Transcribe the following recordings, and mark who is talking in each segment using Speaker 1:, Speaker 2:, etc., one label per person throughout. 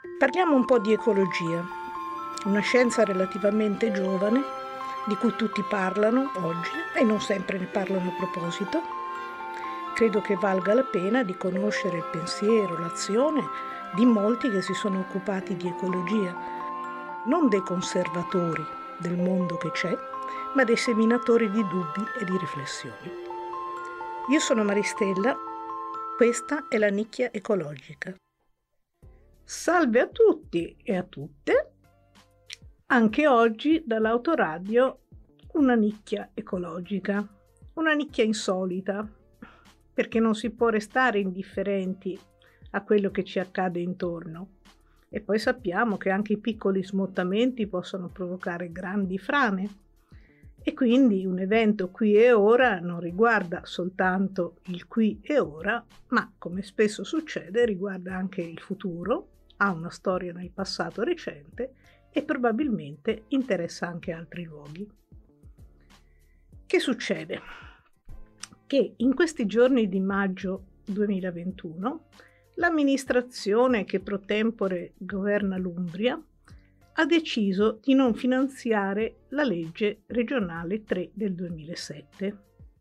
Speaker 1: Parliamo un po' di ecologia, una scienza relativamente giovane, di cui tutti parlano oggi e non sempre ne parlano a proposito. Credo che valga la pena di conoscere il pensiero, l'azione di molti che si sono occupati di ecologia, non dei conservatori del mondo che c'è, ma dei seminatori di dubbi e di riflessioni. Io sono Maristella, questa è la Nicchia Ecologica. Salve a tutti e a tutte, anche oggi dall'Autoradio una nicchia ecologica, una nicchia insolita, perché non si può restare indifferenti a quello che ci accade intorno. E poi sappiamo che anche i piccoli smottamenti possono provocare grandi frane. E quindi un evento qui e ora non riguarda soltanto il qui e ora, ma come spesso succede riguarda anche il futuro, ha una storia nel passato recente e probabilmente interessa anche altri luoghi. Che succede? Che in questi giorni di maggio 2021 l'amministrazione che pro tempore governa l'Umbria ha deciso di non finanziare la legge regionale 3 del 2007.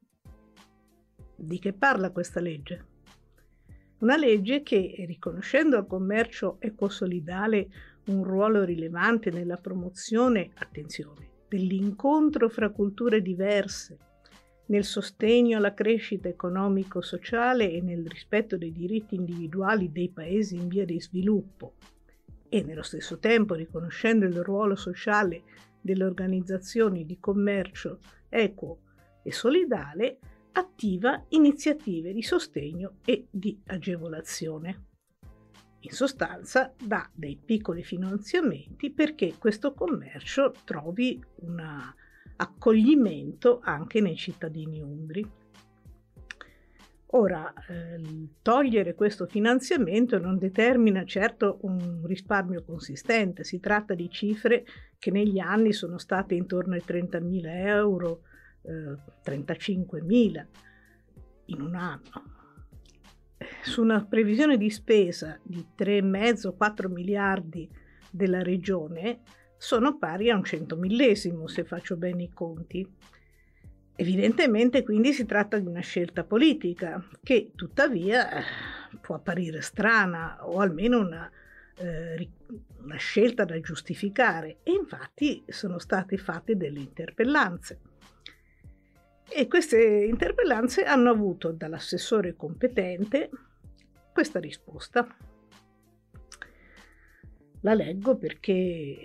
Speaker 1: Di che parla questa legge? Una legge che, riconoscendo al commercio ecosolidale un ruolo rilevante nella promozione, attenzione, dell'incontro fra culture diverse, nel sostegno alla crescita economico-sociale e nel rispetto dei diritti individuali dei paesi in via di sviluppo, e nello stesso tempo riconoscendo il ruolo sociale delle organizzazioni di commercio equo e solidale, attiva iniziative di sostegno e di agevolazione. In sostanza dà dei piccoli finanziamenti perché questo commercio trovi un accoglimento anche nei cittadini umbri. Ora, togliere questo finanziamento non determina certo un risparmio consistente, si tratta di cifre che negli anni sono state intorno ai 30.000 euro, 35.000 in un anno. Su una previsione di spesa di 3,5-4 miliardi della regione sono pari a un 100.000esimo, se faccio bene i conti. Evidentemente quindi si tratta di una scelta politica che tuttavia può apparire strana o almeno una scelta da giustificare, e infatti sono state fatte delle interpellanze. E queste interpellanze hanno avuto dall'assessore competente questa risposta. La leggo perché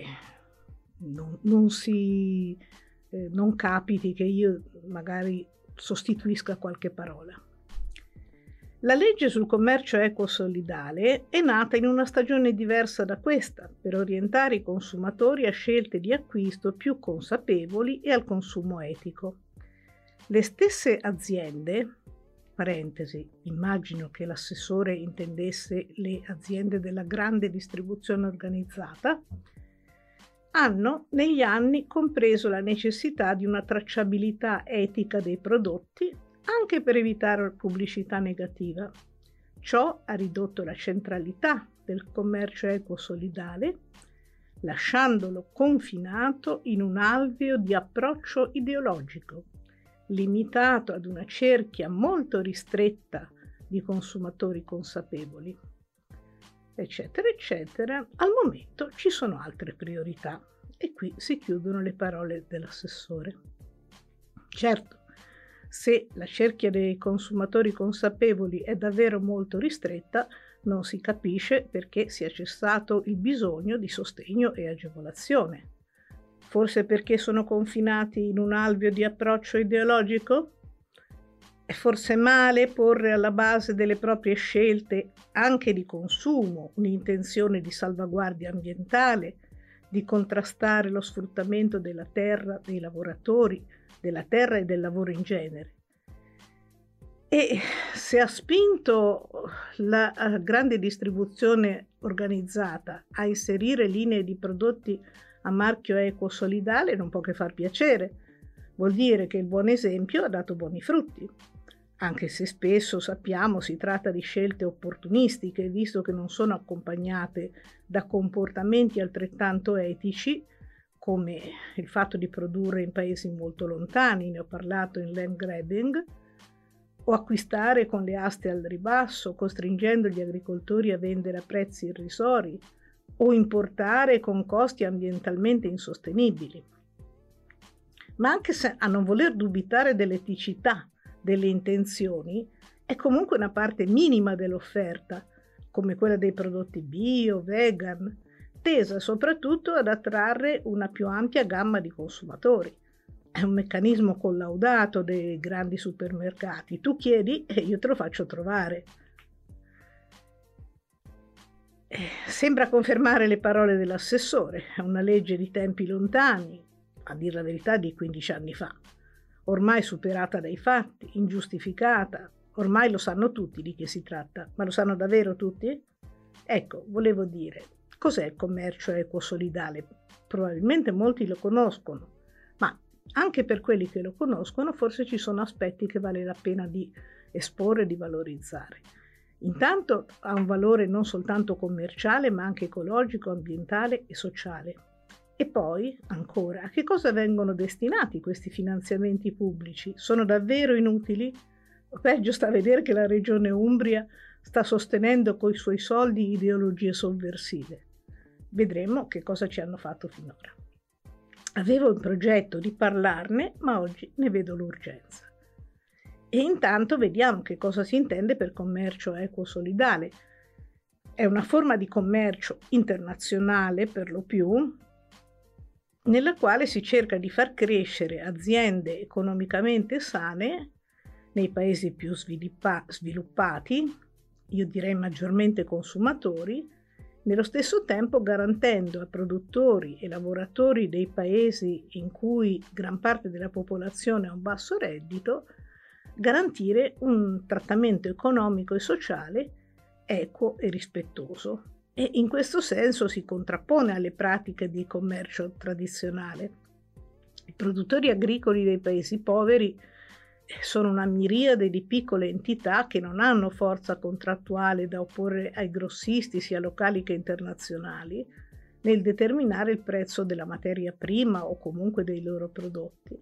Speaker 1: non capiti che io magari sostituisca qualche parola. La legge sul commercio ecosolidale è nata in una stagione diversa da questa, per orientare i consumatori a scelte di acquisto più consapevoli e al consumo etico. Le stesse aziende, parentesi, immagino che l'assessore intendesse le aziende della grande distribuzione organizzata, hanno negli anni compreso la necessità di una tracciabilità etica dei prodotti anche per evitare pubblicità negativa. Ciò ha ridotto la centralità del commercio ecosolidale, lasciandolo confinato in un alveo di approccio ideologico, limitato ad una cerchia molto ristretta di consumatori consapevoli, eccetera, eccetera. Al momento ci sono altre priorità e qui si chiudono le parole dell'assessore. Certo, se la cerchia dei consumatori consapevoli è davvero molto ristretta, non si capisce perché sia cessato il bisogno di sostegno e agevolazione. Forse perché sono confinati in un alveo di approccio ideologico? È forse male porre alla base delle proprie scelte, anche di consumo, un'intenzione di salvaguardia ambientale, di contrastare lo sfruttamento della terra, dei lavoratori, della terra e del lavoro in genere? E se ha spinto la grande distribuzione organizzata a inserire linee di prodotti a marchio ecosolidale, non può che far piacere. Vuol dire che il buon esempio ha dato buoni frutti. anche se spesso sappiamo si tratta di scelte opportunistiche, visto che non sono accompagnate da comportamenti altrettanto etici, come il fatto di produrre in paesi molto lontani, ne ho parlato in land grabbing, o acquistare con le aste al ribasso, costringendo gli agricoltori a vendere a prezzi irrisori, o importare con costi ambientalmente insostenibili. Ma anche se a non voler dubitare dell'eticità delle intenzioni, è comunque una parte minima dell'offerta, come quella dei prodotti bio, vegan, tesa soprattutto ad attrarre una più ampia gamma di consumatori. È un meccanismo collaudato dei grandi supermercati. Tu chiedi e io te lo faccio trovare. Sembra confermare le parole dell'assessore. È una legge di tempi lontani, a dir la verità di 15 anni fa, ormai superata dai fatti, ingiustificata. Ormai lo sanno tutti di che si tratta, ma lo sanno davvero tutti? Ecco, volevo dire, cos'è il commercio equo solidale? Probabilmente molti lo conoscono, ma anche per quelli che lo conoscono forse ci sono aspetti che vale la pena di esporre e di valorizzare. Intanto ha un valore non soltanto commerciale, ma anche ecologico, ambientale e sociale. E poi, ancora, a che cosa vengono destinati questi finanziamenti pubblici? Sono davvero inutili? O peggio sta a vedere che la Regione Umbria sta sostenendo coi suoi soldi ideologie sovversive. Vedremo che cosa ci hanno fatto finora. Avevo in progetto di parlarne, ma oggi ne vedo l'urgenza. E intanto vediamo che cosa si intende per commercio equo solidale. È una forma di commercio internazionale per lo più, nella quale si cerca di far crescere aziende economicamente sane nei paesi più sviluppati, io direi maggiormente consumatori, nello stesso tempo garantendo a produttori e lavoratori dei paesi in cui gran parte della popolazione ha un basso reddito, garantire un trattamento economico e sociale equo e rispettoso. E in questo senso si contrappone alle pratiche di commercio tradizionale. I produttori agricoli dei paesi poveri sono una miriade di piccole entità che non hanno forza contrattuale da opporre ai grossisti, sia locali che internazionali, nel determinare il prezzo della materia prima o comunque dei loro prodotti,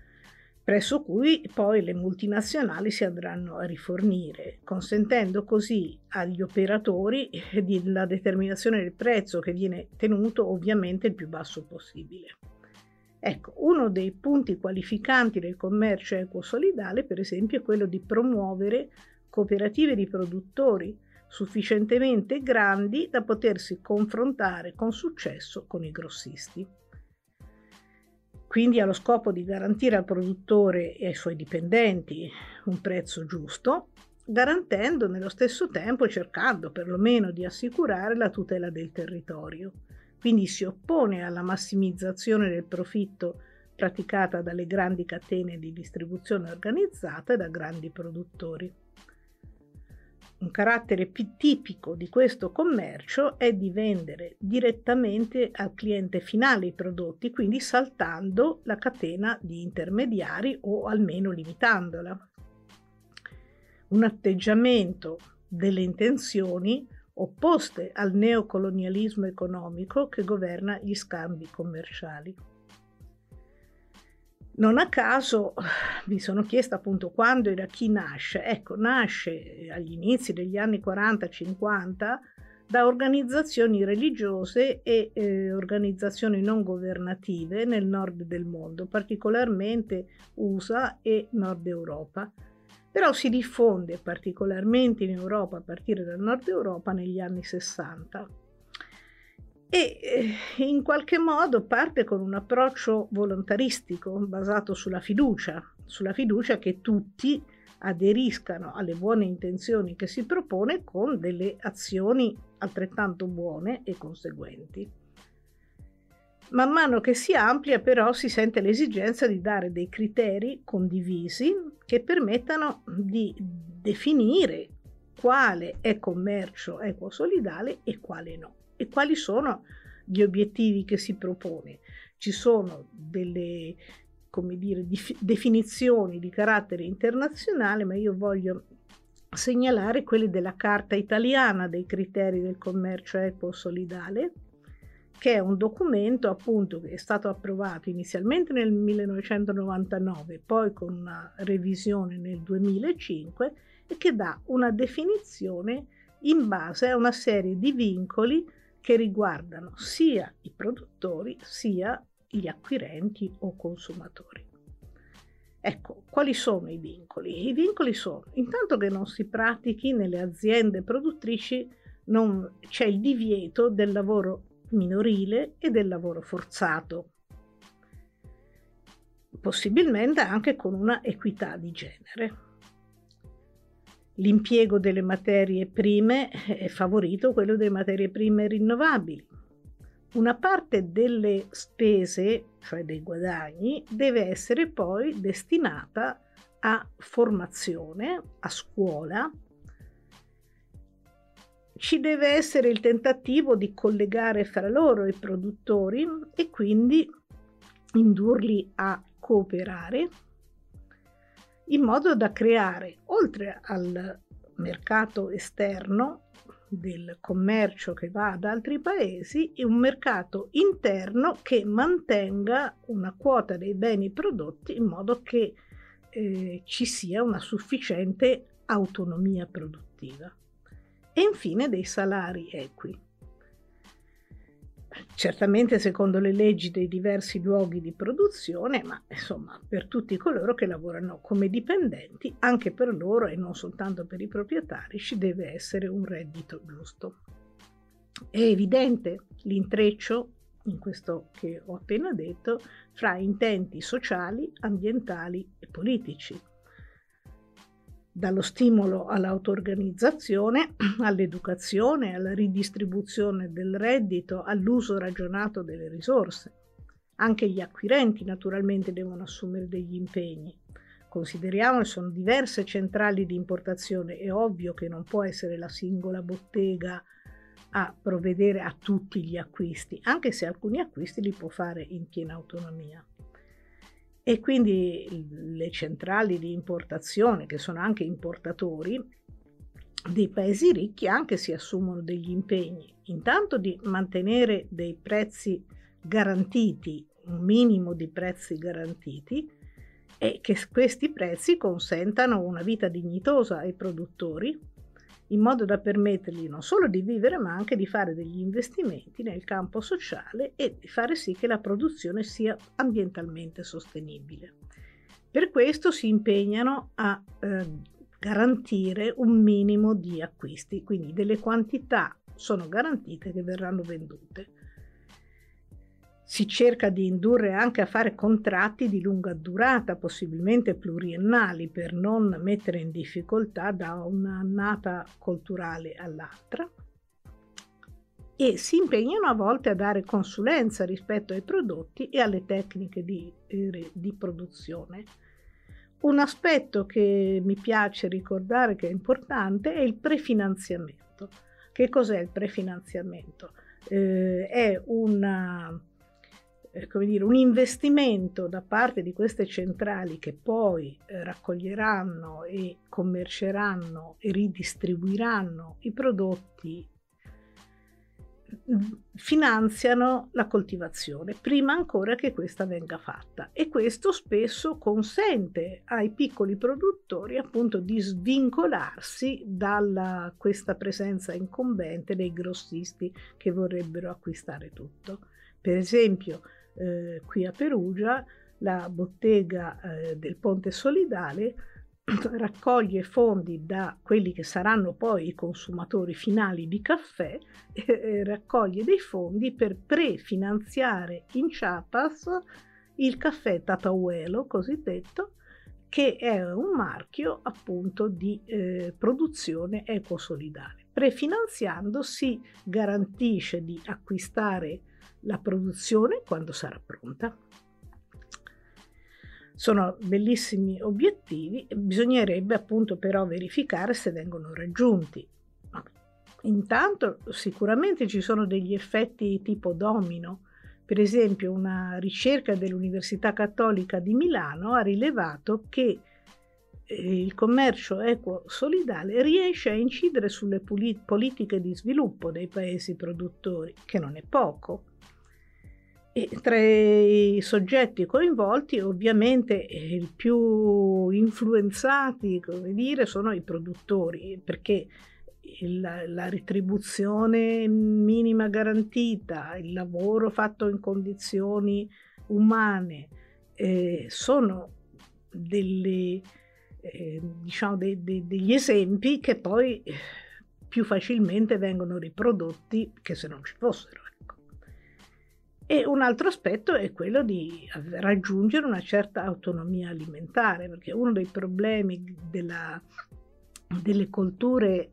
Speaker 1: presso cui poi le multinazionali si andranno a rifornire, consentendo così agli operatori la determinazione del prezzo, che viene tenuto ovviamente il più basso possibile. Ecco, uno dei punti qualificanti del commercio equo solidale, per esempio, è quello di promuovere cooperative di produttori sufficientemente grandi da potersi confrontare con successo con i grossisti. Quindi ha lo scopo di garantire al produttore e ai suoi dipendenti un prezzo giusto, garantendo nello stesso tempo, cercando perlomeno di assicurare la tutela del territorio. Quindi si oppone alla massimizzazione del profitto praticata dalle grandi catene di distribuzione organizzata e da grandi produttori. Un carattere più tipico di questo commercio è di vendere direttamente al cliente finale i prodotti, quindi saltando la catena di intermediari o almeno limitandola. Un atteggiamento delle intenzioni opposte al neocolonialismo economico che governa gli scambi commerciali. Non a caso mi sono chiesta appunto quando e da chi nasce. Ecco, nasce agli inizi degli anni 40-50 da organizzazioni religiose e organizzazioni non governative nel nord del mondo, particolarmente USA e Nord Europa. Però si diffonde particolarmente in Europa a partire dal Nord Europa negli anni 60 e in qualche modo parte con un approccio volontaristico basato sulla fiducia che tutti aderiscano alle buone intenzioni che si propone con delle azioni altrettanto buone e conseguenti. Man mano che si amplia però si sente l'esigenza di dare dei criteri condivisi che permettano di definire quale è commercio equo solidale e quale no, e quali sono gli obiettivi che si propone. Ci sono delle come dire, definizioni di carattere internazionale, ma io voglio segnalare quelli della Carta italiana dei criteri del commercio equo solidale, che è un documento appunto che è stato approvato inizialmente nel 1999, poi con una revisione nel 2005, e che dà una definizione in base a una serie di vincoli che riguardano sia i produttori sia gli acquirenti o consumatori. Ecco, quali sono i vincoli? I vincoli sono intanto che non si pratichi nelle aziende produttrici, c'è il divieto del lavoro minorile e del lavoro forzato, possibilmente anche con una equità di genere. L'impiego delle materie prime è favorito, quello delle materie prime rinnovabili. Una parte delle spese, cioè dei guadagni, deve essere poi destinata a formazione, a scuola. Ci deve essere il tentativo di collegare fra loro i produttori e quindi indurli a cooperare, in modo da creare, oltre al mercato esterno del commercio che va ad altri paesi, un mercato interno che mantenga una quota dei beni prodotti in modo che ci sia una sufficiente autonomia produttiva. E infine dei salari equi. Certamente secondo le leggi dei diversi luoghi di produzione, ma insomma per tutti coloro che lavorano come dipendenti, anche per loro e non soltanto per i proprietari, ci deve essere un reddito giusto. È evidente l'intreccio, in questo che ho appena detto, fra intenti sociali, ambientali e politici. Dallo stimolo all'auto-organizzazione, all'educazione, alla ridistribuzione del reddito, all'uso ragionato delle risorse. Anche gli acquirenti naturalmente devono assumere degli impegni. Consideriamo che sono diverse centrali di importazione, è ovvio che non può essere la singola bottega a provvedere a tutti gli acquisti, anche se alcuni acquisti li può fare in piena autonomia. E quindi le centrali di importazione, che sono anche importatori dei paesi ricchi, anche si assumono degli impegni, intanto di mantenere dei prezzi garantiti, un minimo di prezzi garantiti, e che questi prezzi consentano una vita dignitosa ai produttori, in modo da permettergli non solo di vivere, ma anche di fare degli investimenti nel campo sociale e di fare sì che la produzione sia ambientalmente sostenibile. Per questo si impegnano a garantire un minimo di acquisti, quindi delle quantità sono garantite che verranno vendute. Si cerca di indurre anche a fare contratti di lunga durata, possibilmente pluriennali, per non mettere in difficoltà da un'annata colturale all'altra, e si impegnano a volte a dare consulenza rispetto ai prodotti e alle tecniche di produzione. Un aspetto che mi piace ricordare, che è importante, è il prefinanziamento. Che cos'è il prefinanziamento? È un investimento da parte di queste centrali che poi raccoglieranno e commerceranno e ridistribuiranno i prodotti, finanziano la coltivazione prima ancora che questa venga fatta, e questo spesso consente ai piccoli produttori appunto di svincolarsi da questa presenza incombente dei grossisti che vorrebbero acquistare tutto. Per esempio qui a Perugia la bottega del Ponte Solidale raccoglie fondi da quelli che saranno poi i consumatori finali di caffè, raccoglie dei fondi per prefinanziare in Chiapas il caffè Tatahuelo cosiddetto, che è un marchio appunto di produzione ecosolidale. Prefinanziando si garantisce di acquistare la produzione quando sarà pronta. Sono bellissimi obiettivi, bisognerebbe appunto però verificare se vengono raggiunti. Intanto sicuramente ci sono degli effetti tipo domino, Per esempio, una ricerca dell'Università Cattolica di Milano ha rilevato che il commercio equo solidale riesce a incidere sulle politiche di sviluppo dei paesi produttori, che non è poco. E tra i soggetti coinvolti, ovviamente, i più influenzati, come dire, sono i produttori, perché la retribuzione minima garantita, il lavoro fatto in condizioni umane, sono degli esempi che poi più facilmente vengono riprodotti che se non ci fossero. Ecco. E un altro aspetto è quello di raggiungere una certa autonomia alimentare, perché uno dei problemi delle colture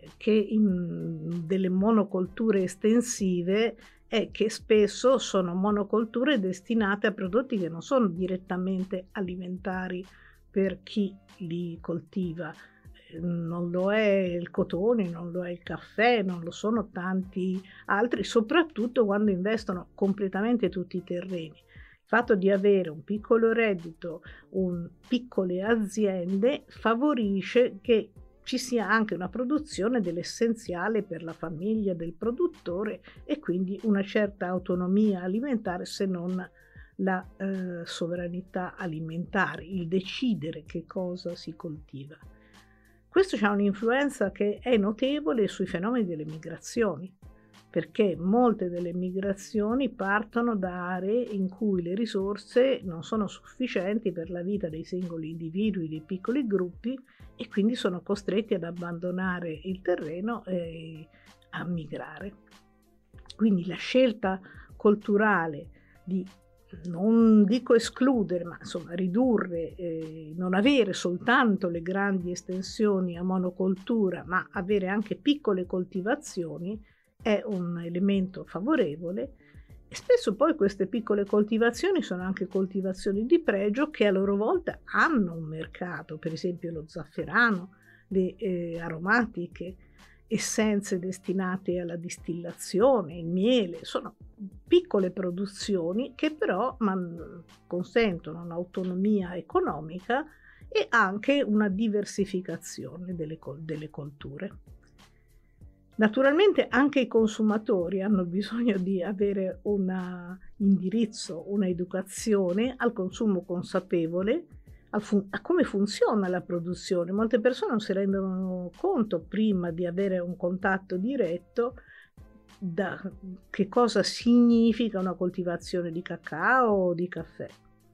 Speaker 1: delle monocolture estensive è che spesso sono monocolture destinate a prodotti che non sono direttamente alimentari per chi li coltiva. Non lo è il cotone, non lo è il caffè, non lo sono tanti altri, soprattutto quando investono completamente tutti i terreni. Il fatto di avere un piccolo reddito, piccole aziende, favorisce che ci sia anche una produzione dell'essenziale per la famiglia del produttore e quindi una certa autonomia alimentare, se non la sovranità alimentare, il decidere che cosa si coltiva. Questo ha un'influenza che è notevole sui fenomeni delle migrazioni, perché molte delle migrazioni partono da aree in cui le risorse non sono sufficienti per la vita dei singoli individui, dei piccoli gruppi, e quindi sono costretti ad abbandonare il terreno e a migrare. Quindi la scelta culturale di, non dico escludere, ma insomma ridurre, non avere soltanto le grandi estensioni a monocoltura, ma avere anche piccole coltivazioni, è un elemento favorevole. E spesso poi queste piccole coltivazioni sono anche coltivazioni di pregio che a loro volta hanno un mercato, per esempio lo zafferano, le aromatiche, essenze destinate alla distillazione, il miele, sono piccole produzioni che però consentono un'autonomia economica e anche una diversificazione delle colture. Naturalmente anche i consumatori hanno bisogno di avere un indirizzo, un'educazione al consumo consapevole, a come funziona la produzione. Molte persone non si rendono conto prima di avere un contatto diretto da che cosa significa una coltivazione di cacao o di caffè.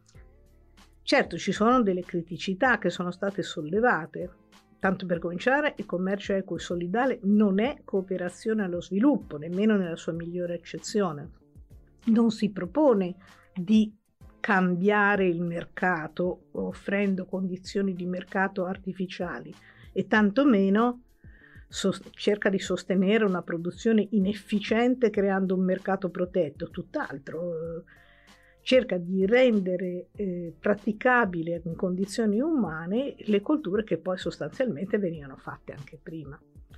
Speaker 1: Certo, ci sono delle criticità che sono state sollevate. Tanto per cominciare, il commercio equo e solidale non è cooperazione allo sviluppo, nemmeno nella sua migliore accezione. Non si propone di cambiare il mercato offrendo condizioni di mercato artificiali e tantomeno cerca di sostenere una produzione inefficiente creando un mercato protetto, tutt'altro. Cerca di rendere praticabile in condizioni umane le colture che poi sostanzialmente venivano fatte anche prima.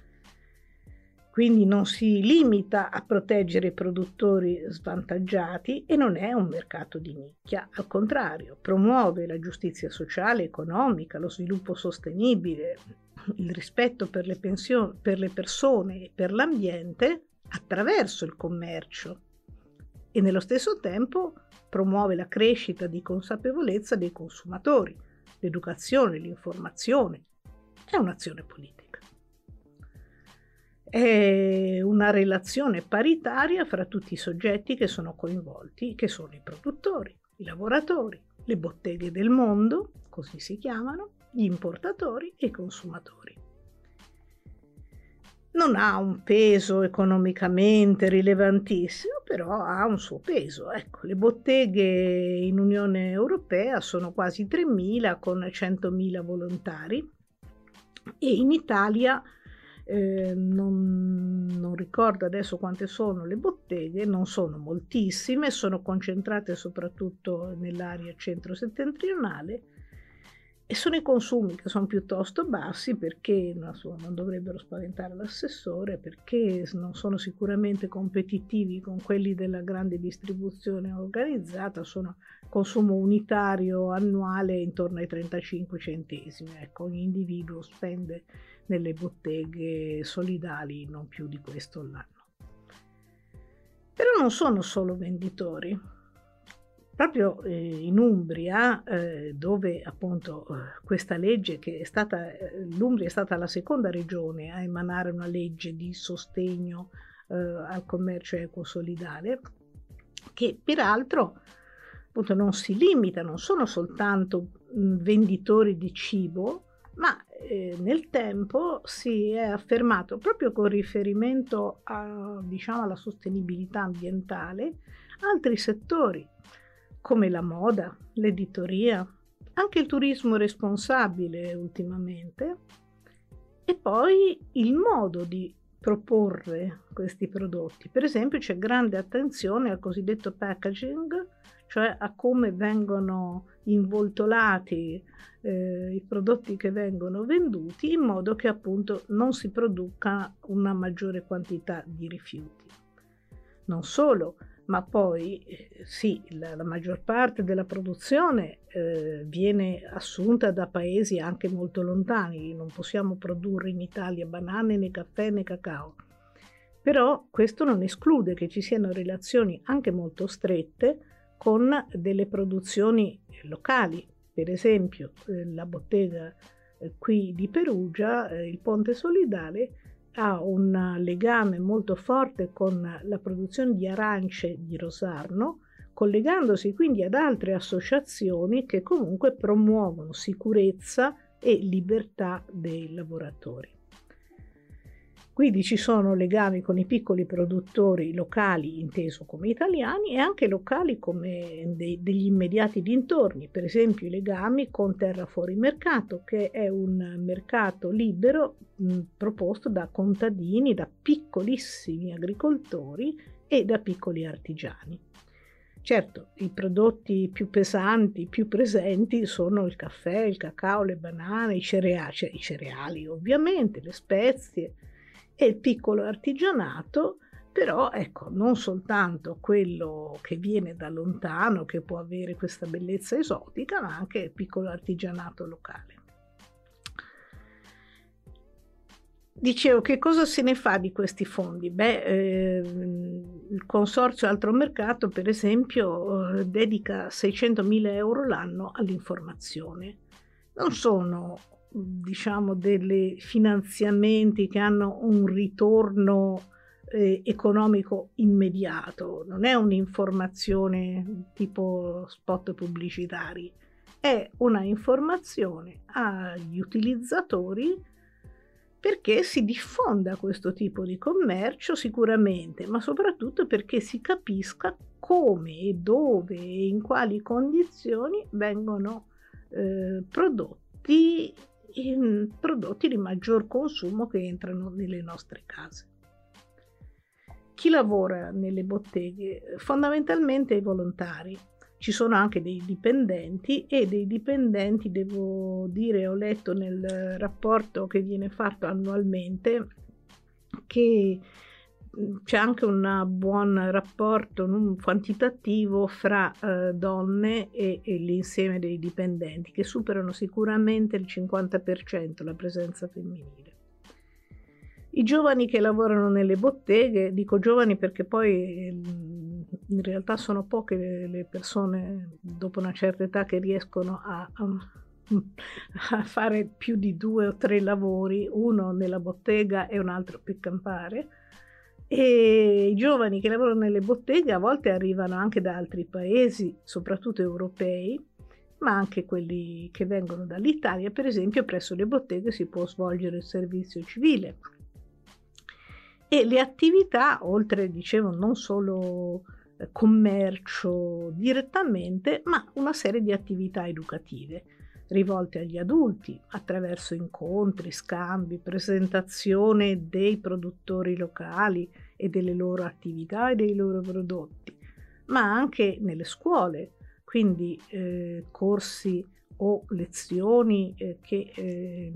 Speaker 1: Quindi non si limita a proteggere i produttori svantaggiati e non è un mercato di nicchia, al contrario, promuove la giustizia sociale, economica, lo sviluppo sostenibile, il rispetto per le persone e per l'ambiente attraverso il commercio e nello stesso tempo promuove la crescita di consapevolezza dei consumatori, l'educazione, l'informazione. È un'azione politica. È una relazione paritaria fra tutti i soggetti che sono coinvolti, che sono i produttori, i lavoratori, le botteghe del mondo, così si chiamano, gli importatori e i consumatori. Non ha un peso economicamente rilevantissimo, però ha un suo peso. Ecco, le botteghe in Unione Europea sono quasi 3.000 con 100.000 volontari e in Italia non ricordo adesso quante sono le botteghe, non sono moltissime, sono concentrate soprattutto nell'area centro-settentrionale E sono i consumi che sono piuttosto bassi perché non dovrebbero spaventare l'assessore, perché non sono sicuramente competitivi con quelli della grande distribuzione organizzata, sono consumo unitario annuale intorno ai 35 centesimi. Ecco, ogni individuo spende nelle botteghe solidali non più di questo all'anno. Però non sono solo venditori. Proprio in Umbria, dove appunto questa legge che è stata, l'Umbria è stata la seconda regione a emanare una legge di sostegno al commercio ecosolidale, che peraltro appunto non si limita, non sono soltanto venditori di cibo, ma nel tempo si è affermato, proprio con riferimento a, diciamo, alla sostenibilità ambientale, altri settori come la moda, l'editoria, anche il turismo responsabile ultimamente, e poi il modo di proporre questi prodotti. Per esempio c'è grande attenzione al cosiddetto packaging, cioè a come vengono involtolati i prodotti che vengono venduti, in modo che appunto non si produca una maggiore quantità di rifiuti. Non solo, ma poi sì, la maggior parte della produzione viene assunta da paesi anche molto lontani, non possiamo produrre in Italia banane né caffè né cacao, però questo non esclude che ci siano relazioni anche molto strette con delle produzioni locali. Per esempio la bottega qui di Perugia, il Ponte Solidale, ha un legame molto forte con la produzione di arance di Rosarno, collegandosi quindi ad altre associazioni che comunque promuovono sicurezza e libertà dei lavoratori. Quindi ci sono legami con i piccoli produttori locali, inteso come italiani, e anche locali come degli immediati dintorni, per esempio i legami con Terra Fuori Mercato, che è un mercato libero proposto da contadini, da piccolissimi agricoltori e da piccoli artigiani. Certo, i prodotti più pesanti, più presenti sono il caffè, il cacao, le banane, i cereali ovviamente, le spezie, e il piccolo artigianato, però ecco, non soltanto quello che viene da lontano, che può avere questa bellezza esotica, ma anche il piccolo artigianato locale. Dicevo, che cosa se ne fa di questi fondi? Il Consorzio Altro Mercato, per esempio, dedica 600.000 euro l'anno all'informazione. Non sono, diciamo, dei finanziamenti che hanno un ritorno economico immediato, non è un'informazione tipo spot pubblicitari, è una informazione agli utilizzatori perché si diffonda questo tipo di commercio sicuramente, ma soprattutto perché si capisca come e dove e in quali condizioni vengono prodotti di maggior consumo che entrano nelle nostre case. Chi lavora nelle botteghe? Fondamentalmente i volontari. Ci sono anche dei dipendenti, e dei dipendenti, devo dire, ho letto nel rapporto che viene fatto annualmente che c'è anche un buon rapporto quantitativo fra donne e l'insieme dei dipendenti, che superano sicuramente il 50% la presenza femminile. I giovani che lavorano nelle botteghe, dico giovani perché poi in realtà sono poche le persone dopo una certa età che riescono a fare più di 2 o 3 lavori, uno nella bottega e un altro per campare, e i giovani che lavorano nelle botteghe a volte arrivano anche da altri paesi, soprattutto europei, ma anche quelli che vengono dall'Italia. Per esempio, presso le botteghe si può svolgere il servizio civile. E le attività, oltre, dicevo, non solo commercio direttamente, ma una serie di attività educative rivolte agli adulti attraverso incontri, scambi, presentazione dei produttori locali e delle loro attività e dei loro prodotti, ma anche nelle scuole, quindi corsi o lezioni che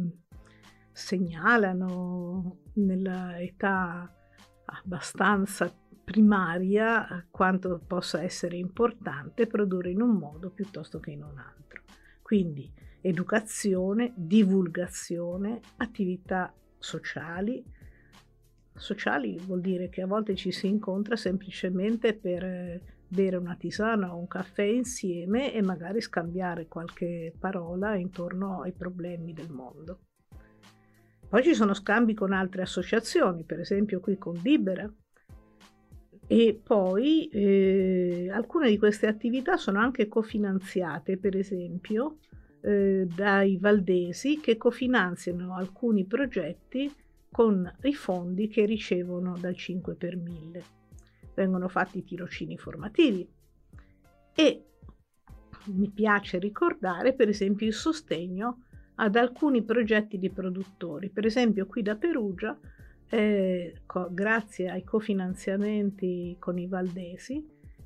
Speaker 1: segnalano nella età abbastanza primaria quanto possa essere importante produrre in un modo piuttosto che in un altro. Quindi educazione, divulgazione, attività sociali. Sociali vuol dire che a volte ci si incontra semplicemente per bere una tisana o un caffè insieme e magari scambiare qualche parola intorno ai problemi del mondo. Poi ci sono scambi con altre associazioni, per esempio qui con Libera, e poi alcune di queste attività sono anche cofinanziate, per esempio dai valdesi, che cofinanziano alcuni progetti con i fondi che ricevono dal 5 per 1000. Vengono fatti tirocini formativi e mi piace ricordare per esempio il sostegno ad alcuni progetti di produttori. Per esempio qui da Perugia, grazie ai cofinanziamenti con i valdesi,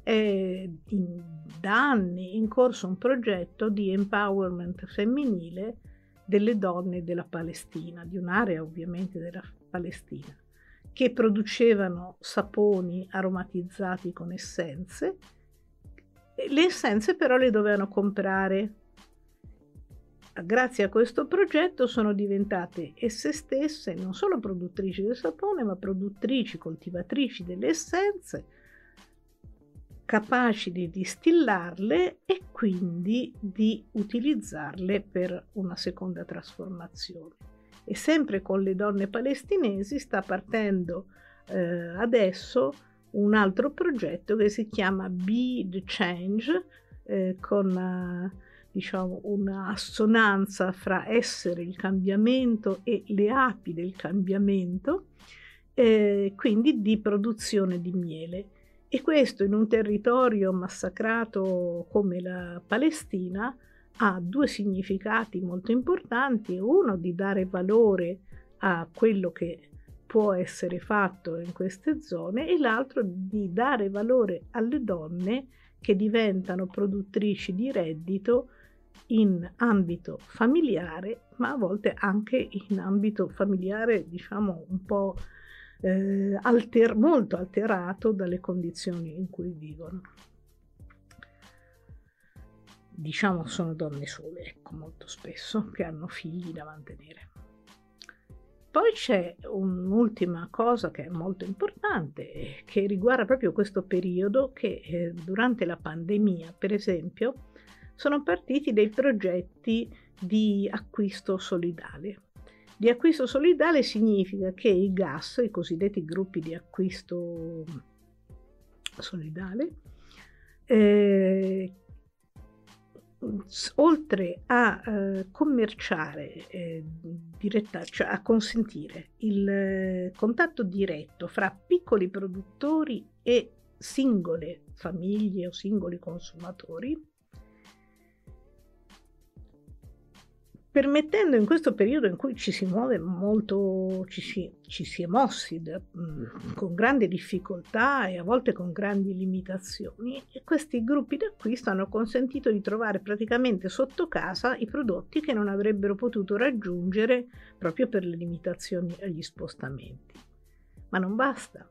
Speaker 1: da anni in corso un progetto di empowerment femminile delle donne della Palestina, di un'area ovviamente della Palestina, che producevano saponi aromatizzati con essenze. Le essenze però le dovevano comprare. Grazie a questo progetto sono diventate esse stesse non solo produttrici del sapone, ma produttrici, coltivatrici delle essenze, capaci di distillarle e quindi di utilizzarle per una seconda trasformazione. E sempre con le donne palestinesi sta partendo adesso un altro progetto che si chiama Be the Change, con diciamo una assonanza fra essere il cambiamento e le api del cambiamento, quindi di produzione di miele. E questo in un territorio massacrato come la Palestina ha due significati molto importanti: uno di dare valore a quello che può essere fatto in queste zone e l'altro di dare valore alle donne che diventano produttrici di reddito in ambito familiare, ma a volte anche in ambito familiare diciamo un po' molto alterato dalle condizioni in cui vivono. Diciamo sono donne sole, ecco, molto spesso, che hanno figli da mantenere. Poi c'è un'ultima cosa che è molto importante, che riguarda proprio questo periodo, che durante la pandemia, per esempio, sono partiti dei progetti di acquisto solidale. Di acquisto solidale significa che i GAS, i cosiddetti gruppi di acquisto solidale, oltre a commerciare cioè a consentire il contatto diretto fra piccoli produttori e singole famiglie o singoli consumatori, permettendo in questo periodo in cui ci si muove molto, ci si è mossi con grandi difficoltà e a volte con grandi limitazioni, e questi gruppi d'acquisto hanno consentito di trovare praticamente sotto casa i prodotti che non avrebbero potuto raggiungere proprio per le limitazioni agli spostamenti. Ma non basta.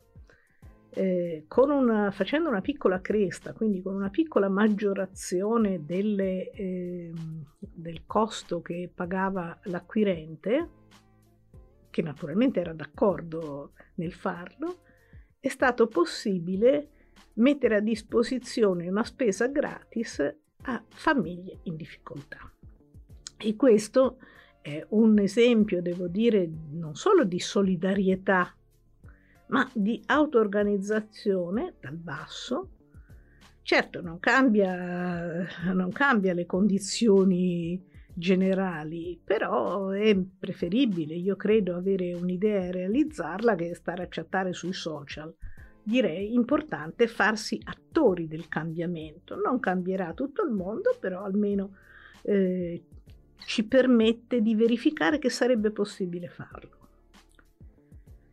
Speaker 1: Facendo una piccola cresta, quindi con una piccola maggiorazione del costo che pagava l'acquirente, che naturalmente era d'accordo nel farlo, è stato possibile mettere a disposizione una spesa gratis a famiglie in difficoltà. E questo è un esempio, devo dire, non solo di solidarietà, ma di auto-organizzazione dal basso. Certo, non cambia le condizioni generali, però è preferibile, io credo, avere un'idea e realizzarla che stare a chattare sui social. Direi importante farsi attori del cambiamento. Non cambierà tutto il mondo, però almeno ci permette di verificare che sarebbe possibile farlo.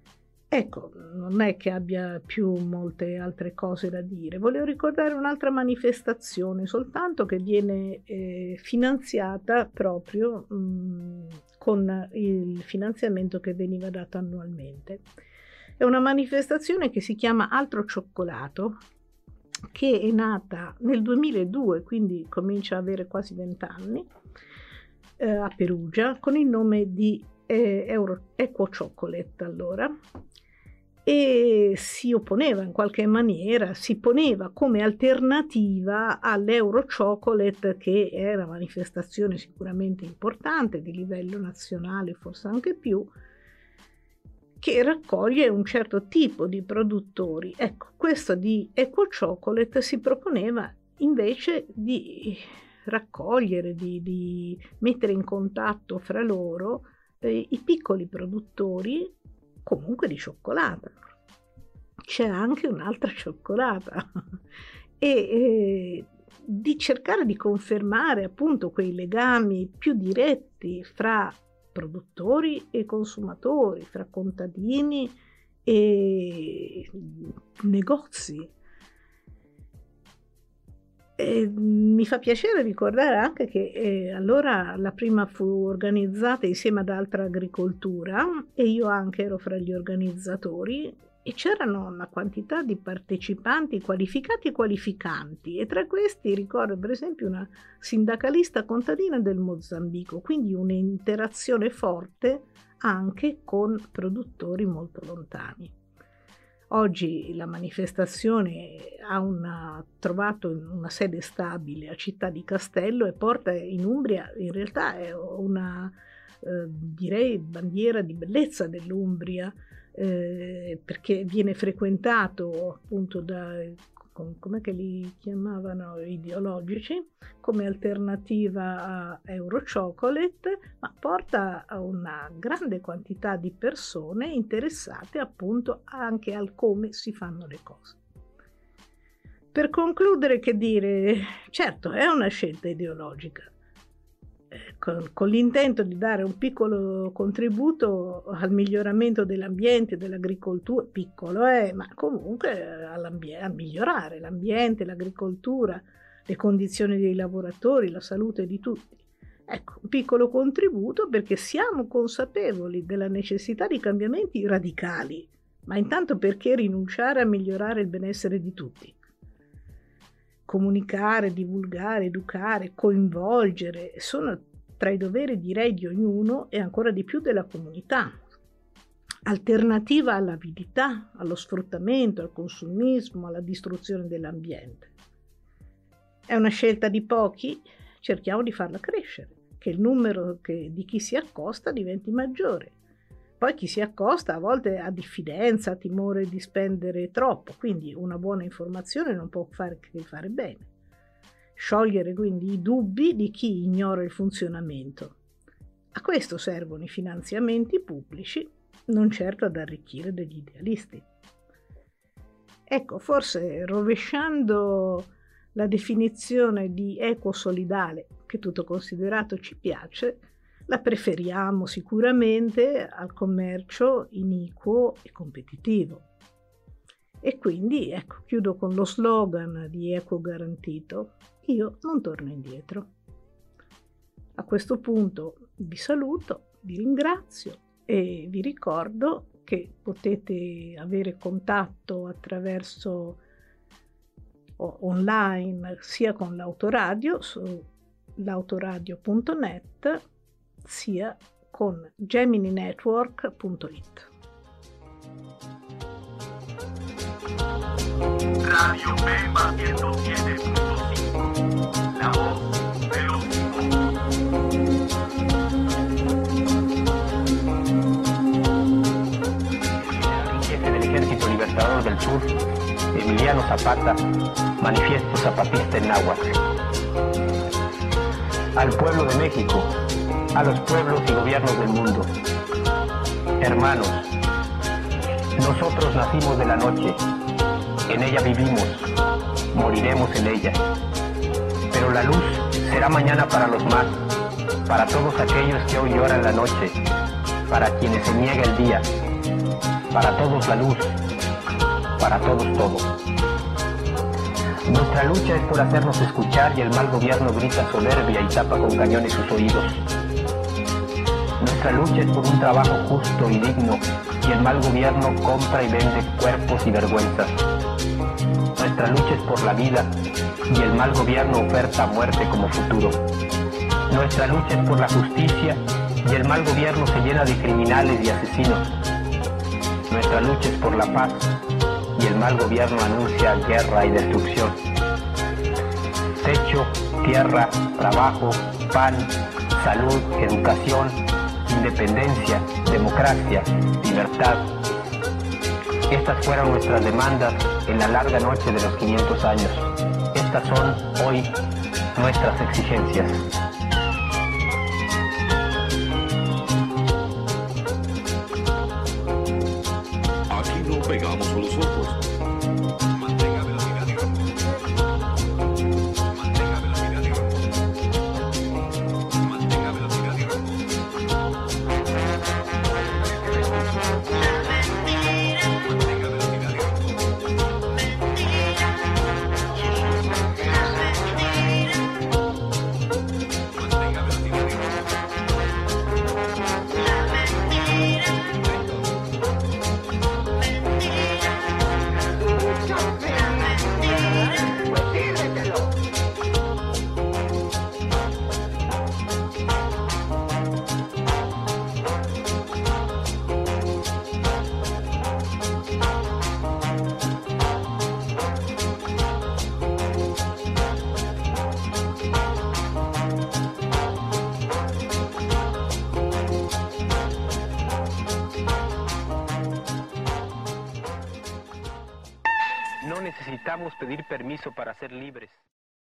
Speaker 1: Ecco, non è che abbia più molte altre cose da dire. Volevo ricordare un'altra manifestazione, soltanto che viene finanziata proprio con il finanziamento che veniva dato annualmente. È una manifestazione che si chiama Altro Cioccolato, che è nata nel 2002, quindi comincia a avere quasi 20 anni, a Perugia, con il nome di Equo Chocolate allora, e si opponeva in qualche maniera, si poneva come alternativa all'Euro Chocolate, che è una manifestazione sicuramente importante di livello nazionale, forse anche più, che raccoglie un certo tipo di produttori. Ecco, questo di Equo Chocolate si proponeva invece di raccogliere, di mettere in contatto fra loro i piccoli produttori comunque di cioccolata. C'è anche un'altra cioccolata e di cercare di confermare appunto quei legami più diretti fra produttori e consumatori, fra contadini e negozi. Mi fa piacere ricordare anche che allora la prima fu organizzata insieme ad Altra Agricoltura e io anche ero fra gli organizzatori, e c'erano una quantità di partecipanti qualificati e qualificanti, e tra questi ricordo per esempio una sindacalista contadina del Mozambico, quindi un'interazione forte anche con produttori molto lontani. Oggi la manifestazione ha trovato una sede stabile a Città di Castello e porta in Umbria, in realtà è una direi bandiera di bellezza dell'Umbria, perché viene frequentato appunto com'è che li chiamavano, ideologici, come alternativa a Euro Chocolate, ma porta a una grande quantità di persone interessate appunto anche al come si fanno le cose. Per concludere, che dire, certo è una scelta ideologica, con l'intento di dare un piccolo contributo al miglioramento dell'ambiente, dell'agricoltura, piccolo ma comunque a migliorare l'ambiente, l'agricoltura, le condizioni dei lavoratori, la salute di tutti. Ecco, un piccolo contributo perché siamo consapevoli della necessità di cambiamenti radicali, ma intanto perché rinunciare a migliorare il benessere di tutti? Comunicare, divulgare, educare, coinvolgere sono tra i doveri, direi, di ognuno e ancora di più della comunità. Alternativa all'avidità, allo sfruttamento, al consumismo, alla distruzione dell'ambiente. È una scelta di pochi, cerchiamo di farla crescere, che il numero di chi si accosta diventi maggiore. Poi chi si accosta a volte ha diffidenza, timore di spendere troppo, quindi una buona informazione non può fare che fare bene. Sciogliere quindi i dubbi di chi ignora il funzionamento. A questo servono i finanziamenti pubblici, non certo ad arricchire degli idealisti. Ecco, forse rovesciando la definizione di equo solidale, che tutto considerato ci piace, la preferiamo sicuramente al commercio iniquo e competitivo. E quindi, ecco, chiudo con lo slogan di Equo Garantito: io non torno indietro. A questo punto vi saluto, vi ringrazio e vi ricordo che potete avere contatto attraverso online sia con l'autoradio su l'autoradio.net sia con gemininetwork.it.
Speaker 2: Radio Pema 107.5, la voz de los
Speaker 3: Jefe del Ejército Libertador del Sur, Emiliano Zapata, manifiesto zapatista en náhuatl. Al pueblo de México, a los pueblos y gobiernos del mundo. Hermanos, nosotros nacimos de la noche, en ella vivimos, moriremos en ella. Pero la luz será mañana para los más, para todos aquellos que hoy lloran la noche, para quienes se niega el día. para todos la luz, para todos todo. Nuestra lucha es por hacernos escuchar y el mal gobierno grita soberbia y tapa con cañones sus oídos. Nuestra lucha es por un trabajo justo y digno y el mal gobierno compra y vende cuerpos y vergüenzas. Nuestra lucha es por la vida y el mal gobierno oferta muerte como futuro. Nuestra lucha es por la justicia y el mal gobierno se llena de criminales y asesinos. Nuestra lucha es por la paz y el mal gobierno anuncia guerra y destrucción. Techo, tierra, trabajo, pan, salud, educación, independencia, democracia, libertad. Estas fueron nuestras demandas en la larga noche de los 500 años. Estas son hoy nuestras exigencias.
Speaker 4: Aquí no pegamos con los ojos. Mantenga velocidad de rumbo. Mantenga velocidad de rumbo. Mantenga velocidad de rumbo. Mantenga velocidad de rumbo. Mantenga velocidad de rumbo.
Speaker 3: No necesitamos pedir permiso para ser libres.